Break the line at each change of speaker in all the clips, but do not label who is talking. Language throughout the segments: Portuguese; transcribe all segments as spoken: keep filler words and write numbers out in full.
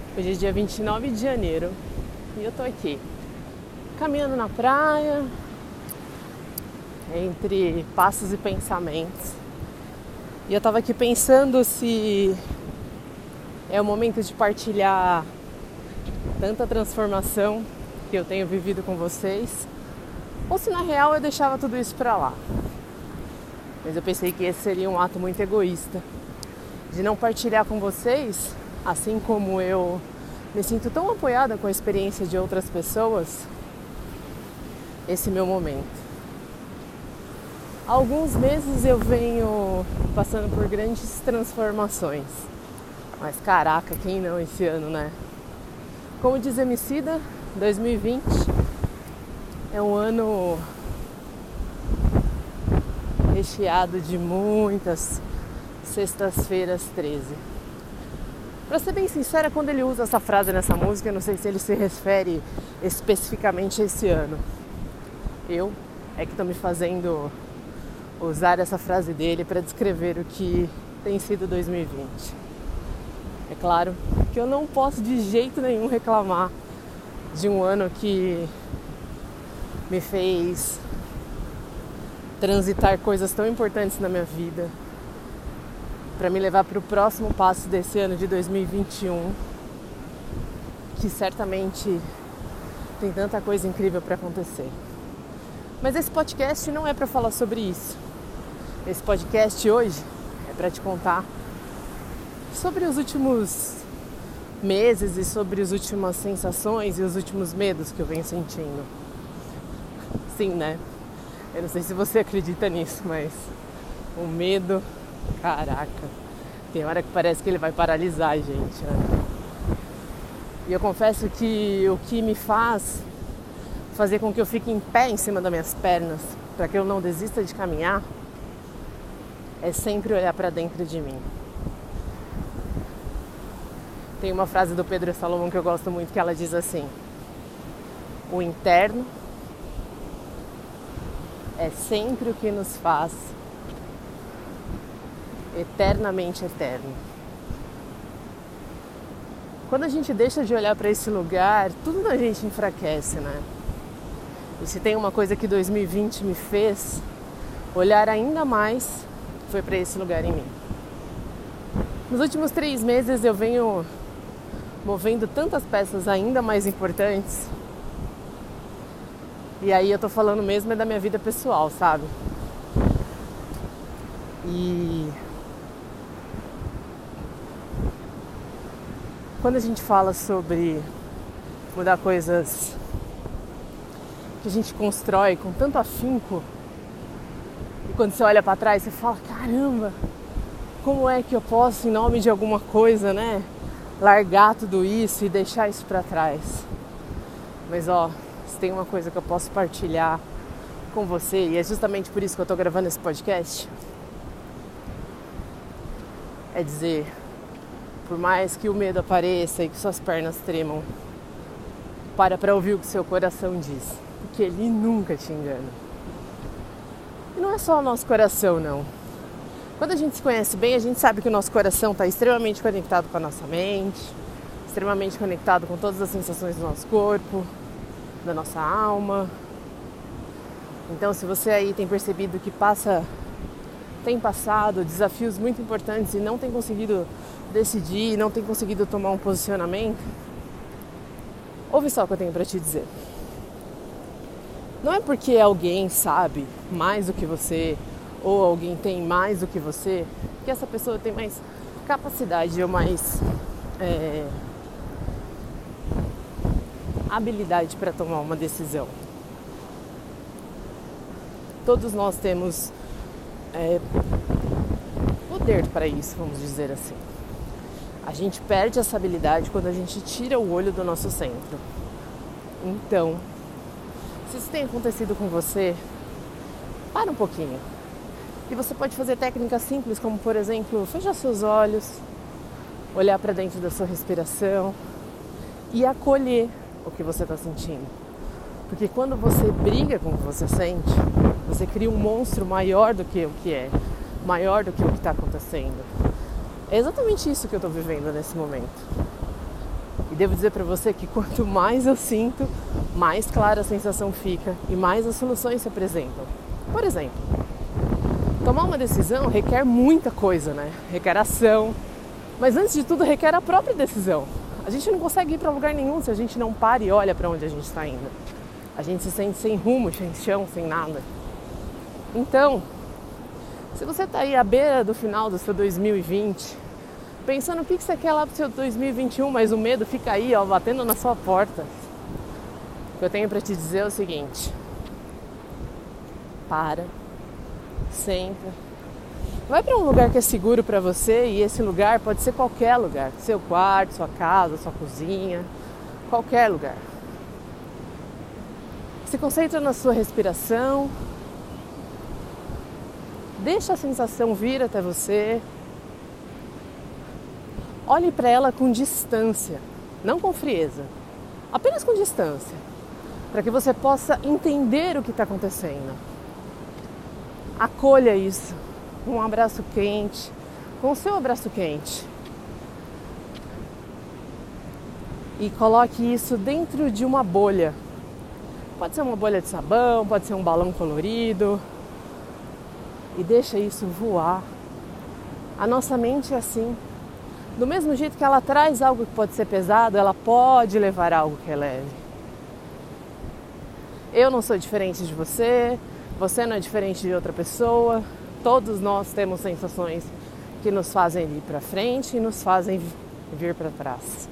Hoje é dia vinte e nove de janeiro e eu tô aqui, caminhando na praia, entre passos e pensamentos. E eu tava aqui pensando se é o momento de partilhar tanta transformação que eu tenho vivido com vocês, ou se na real eu deixava tudo isso pra lá. Mas eu pensei que esse seria um ato muito egoísta, de não partilhar com vocês, assim como eu me sinto tão apoiada com a experiência de outras pessoas, esse meu momento. Há alguns meses eu venho passando por grandes transformações, mas caraca, quem não esse ano, né? Como diz Emicida, dois mil e vinte é um ano recheado de muitas sextas-feiras treze. Pra ser bem sincera, quando ele usa essa frase nessa música, eu não sei se ele se refere especificamente a esse ano. Eu é que tô me fazendo usar essa frase dele para descrever o que tem sido dois mil e vinte. É claro que eu não posso de jeito nenhum reclamar de um ano que me fez transitar coisas tão importantes na minha vida para me levar para o próximo passo desse ano de dois mil e vinte e um, que certamente tem tanta coisa incrível para acontecer. Mas esse podcast não é para falar sobre isso. Esse podcast hoje é para te contar sobre os últimos meses e sobre as últimas sensações e os últimos medos que eu venho sentindo. Sim, né? Eu não sei se você acredita nisso, mas o medo, caraca, tem hora que parece que ele vai paralisar a gente, né? E eu confesso que o que me faz fazer com que eu fique em pé em cima das minhas pernas, para que eu não desista de caminhar, é sempre olhar para dentro de mim. Tem uma frase do Pedro Salomão que eu gosto muito, que ela diz assim: o interno é sempre o que nos faz eternamente eterno. Quando a gente deixa de olhar para esse lugar, tudo na gente enfraquece, né? E se tem uma coisa que dois mil e vinte me fez olhar ainda mais, foi para esse lugar em mim. Nos últimos três meses eu venho movendo tantas peças ainda mais importantes. E aí eu tô falando mesmo é da minha vida pessoal, sabe? E quando a gente fala sobre mudar coisas que a gente constrói com tanto afinco, e quando você olha pra trás você fala, caramba, como é que eu posso, em nome de alguma coisa, né, largar tudo isso e deixar isso pra trás? Mas ó, se tem uma coisa que eu posso partilhar com você, e é justamente por isso que eu tô gravando esse podcast, é dizer, por mais que o medo apareça e que suas pernas tremam, para pra ouvir o que seu coração diz, porque ele nunca te engana. E não é só o nosso coração, não. Quando a gente se conhece bem, a gente sabe que o nosso coração está extremamente conectado com a nossa mente, extremamente conectado com todas as sensações do nosso corpo, da nossa alma. Então, se você aí tem percebido que passa, tem passado desafios muito importantes e não tem conseguido decidir, não tem conseguido tomar um posicionamento, ouve só o que eu tenho para te dizer. Não é porque alguém sabe mais do que você, ou alguém tem mais do que você, que essa pessoa tem mais capacidade ou mais é, habilidade para tomar uma decisão. Todos nós temos é, poder para isso, vamos dizer assim. A gente perde essa habilidade quando a gente tira o olho do nosso centro. Então, se isso tem acontecido com você, para um pouquinho. E você pode fazer técnicas simples, como por exemplo, fechar seus olhos, olhar para dentro da sua respiração e acolher o que você está sentindo. Porque quando você briga com o que você sente, você cria um monstro maior do que o que é, maior do que o que está acontecendo. É exatamente isso que eu estou vivendo nesse momento. E devo dizer para você que quanto mais eu sinto, mais clara a sensação fica e mais as soluções se apresentam. Por exemplo, tomar uma decisão requer muita coisa, né? Requer ação, mas antes de tudo requer a própria decisão. A gente não consegue ir para lugar nenhum se a gente não para e olha para onde a gente está indo. A gente se sente sem rumo, sem chão, sem nada. Então, se você está aí à beira do final do seu dois mil e vinte, pensando o que você quer lá para o seu dois mil e vinte e um, mas o medo fica aí, ó, batendo na sua porta, o que eu tenho para te dizer é o seguinte: para, senta, vai para um lugar que é seguro para você, e esse lugar pode ser qualquer lugar, seu quarto, sua casa, sua cozinha, qualquer lugar. Se concentra na sua respiração, deixa a sensação vir até você, olhe para ela com distância, não com frieza, apenas com distância, para que você possa entender o que está acontecendo. Acolha isso com um abraço quente, com o seu abraço quente. E coloque isso dentro de uma bolha. Pode ser uma bolha de sabão, pode ser um balão colorido. E deixa isso voar. A nossa mente é assim. Do mesmo jeito que ela traz algo que pode ser pesado, ela pode levar algo que é leve. Eu não sou diferente de você, você não é diferente de outra pessoa. Todos nós temos sensações que nos fazem ir para frente e nos fazem vir para trás.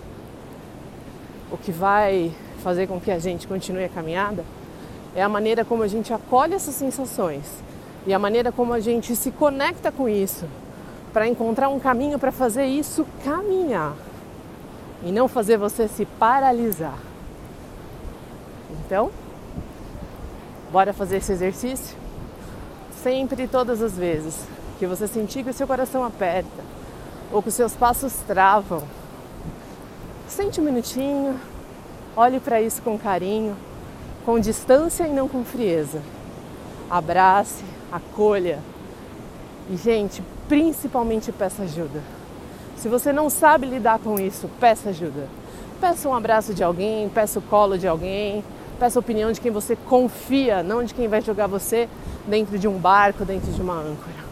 O que vai fazer com que a gente continue a caminhada é a maneira como a gente acolhe essas sensações e a maneira como a gente se conecta com isso para encontrar um caminho para fazer isso caminhar e não fazer você se paralisar. Então, bora fazer esse exercício? Sempre e todas as vezes que você sentir que o seu coração aperta ou que os seus passos travam, sente um minutinho, olhe para isso com carinho, com distância e não com frieza. Abrace, acolha e, gente, principalmente peça ajuda. Se você não sabe lidar com isso, peça ajuda. Peça um abraço de alguém, peça o colo de alguém, peça a opinião de quem você confia, não de quem vai jogar você dentro de um barco, dentro de uma âncora.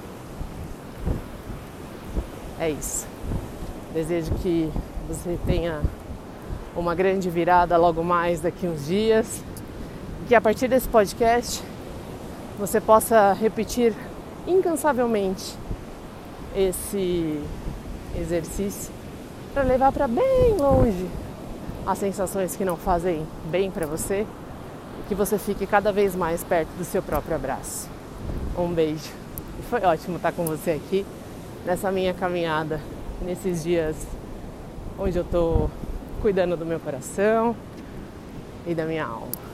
É isso. Desejo que você tenha uma grande virada logo mais daqui uns dias. E que a partir desse podcast você possa repetir incansavelmente esse exercício para levar para bem longe as sensações que não fazem bem para você e que você fique cada vez mais perto do seu próprio abraço. Um beijo. E foi ótimo estar com você aqui nessa minha caminhada, nesses dias onde eu estou cuidando do meu coração e da minha alma.